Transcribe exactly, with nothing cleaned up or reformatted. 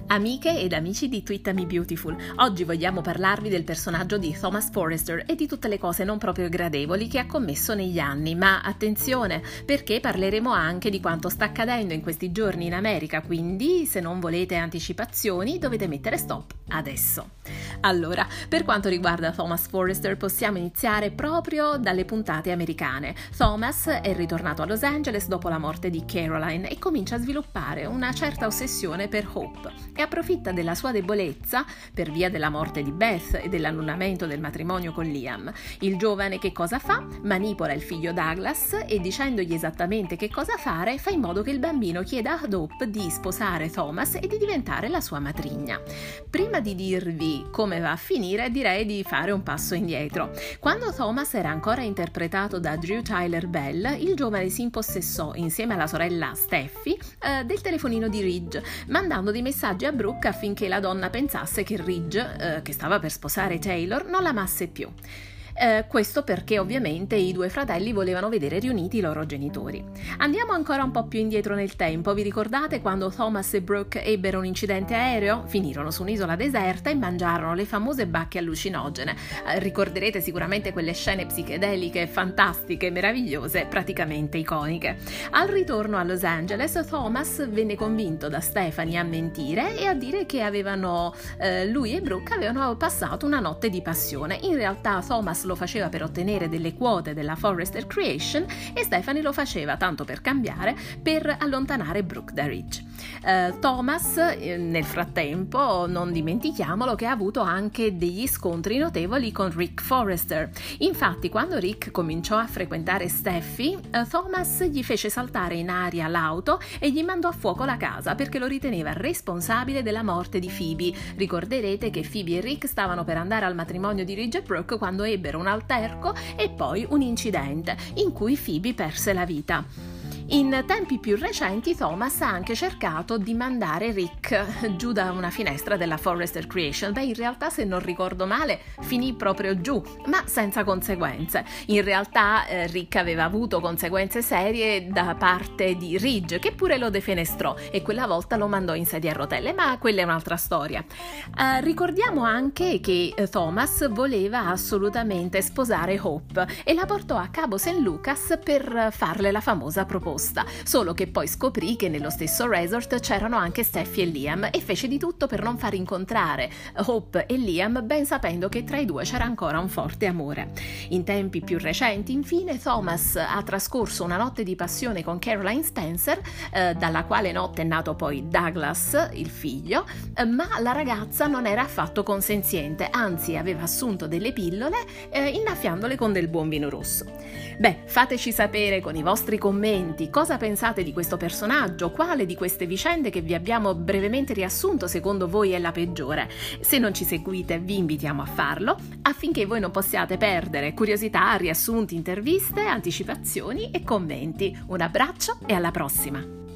Amiche ed amici di Twitta Me Beautiful, oggi vogliamo parlarvi del personaggio di Thomas Forrester e di tutte le cose non proprio gradevoli che ha commesso negli anni, ma attenzione, perché parleremo anche di quanto sta accadendo in questi giorni in America, quindi se non volete anticipazioni dovete mettere stop adesso. Allora, per quanto riguarda Thomas Forrester possiamo iniziare proprio dalle puntate americane. Thomas è ritornato a Los Angeles dopo la morte di Caroline e comincia a sviluppare una certa ossessione per Hope e approfitta della sua debolezza per via della morte di Beth e dell'annullamento del matrimonio con Liam. Il giovane che cosa fa? Manipola il figlio Douglas e dicendogli esattamente che cosa fare fa in modo che il bambino chieda ad Hope di sposare Thomas e di diventare la sua matrigna. Prima di dirvi come va a finire direi di fare un passo indietro. Quando Thomas era ancora interpretato da Drew Tyler Bell, il giovane si impossessò insieme alla sorella Steffi eh, del telefonino di Ridge, mandando dei messaggi a Brooke affinché la donna pensasse che Ridge, eh, che stava per sposare Taylor, non l'amasse più. Eh, questo perché ovviamente i due fratelli volevano vedere riuniti i loro genitori. Andiamo ancora un po' più indietro nel tempo. Vi ricordate quando Thomas e Brooke ebbero un incidente aereo? Finirono su un'isola deserta e mangiarono le famose bacche allucinogene. Eh, ricorderete sicuramente quelle scene psichedeliche fantastiche, meravigliose, praticamente iconiche. Al ritorno a Los Angeles, Thomas venne convinto da Stephanie a mentire e a dire che avevano eh, lui e Brooke avevano passato una notte di passione. In realtà Thomas lo faceva per ottenere delle quote della Forrester Creation e Stephanie lo faceva, tanto per cambiare, per allontanare Brooke da Ridge. Uh, Thomas, eh, nel frattempo, non dimentichiamolo che ha avuto anche degli scontri notevoli con Rick Forrester. Infatti, quando Rick cominciò a frequentare Steffi, uh, Thomas gli fece saltare in aria l'auto e gli mandò a fuoco la casa perché lo riteneva responsabile della morte di Phoebe. Ricorderete che Phoebe e Rick stavano per andare al matrimonio di Ridge e Brooke quando ebbero un alterco e poi un incidente in cui Phoebe perse la vita. In tempi più recenti Thomas ha anche cercato di mandare Rick giù da una finestra della Forrester Creation. Beh, in realtà, se non ricordo male, finì proprio giù, ma senza conseguenze. In realtà eh, Rick aveva avuto conseguenze serie da parte di Ridge, che pure lo defenestrò e quella volta lo mandò in sedia a rotelle, ma quella è un'altra storia. Eh, ricordiamo anche che Thomas voleva assolutamente sposare Hope e la portò a Cabo San Lucas per farle la famosa proposta. Solo che poi scoprì che nello stesso resort c'erano anche Steffi e Liam e fece di tutto per non far incontrare Hope e Liam, ben sapendo che tra i due c'era ancora un forte amore. In tempi più recenti, infine, Thomas ha trascorso una notte di passione con Caroline Spencer, eh, dalla quale notte è nato poi Douglas, il figlio, eh, ma la ragazza non era affatto consenziente, anzi aveva assunto delle pillole eh, innaffiandole con del buon vino rosso. Beh, fateci sapere con i vostri commenti cosa pensate di questo personaggio, quale di queste vicende che vi abbiamo brevemente riassunto secondo voi è la peggiore. Se non ci seguite vi invitiamo a farlo affinché voi non possiate perdere curiosità, riassunti, interviste, anticipazioni e commenti. Un abbraccio e alla prossima!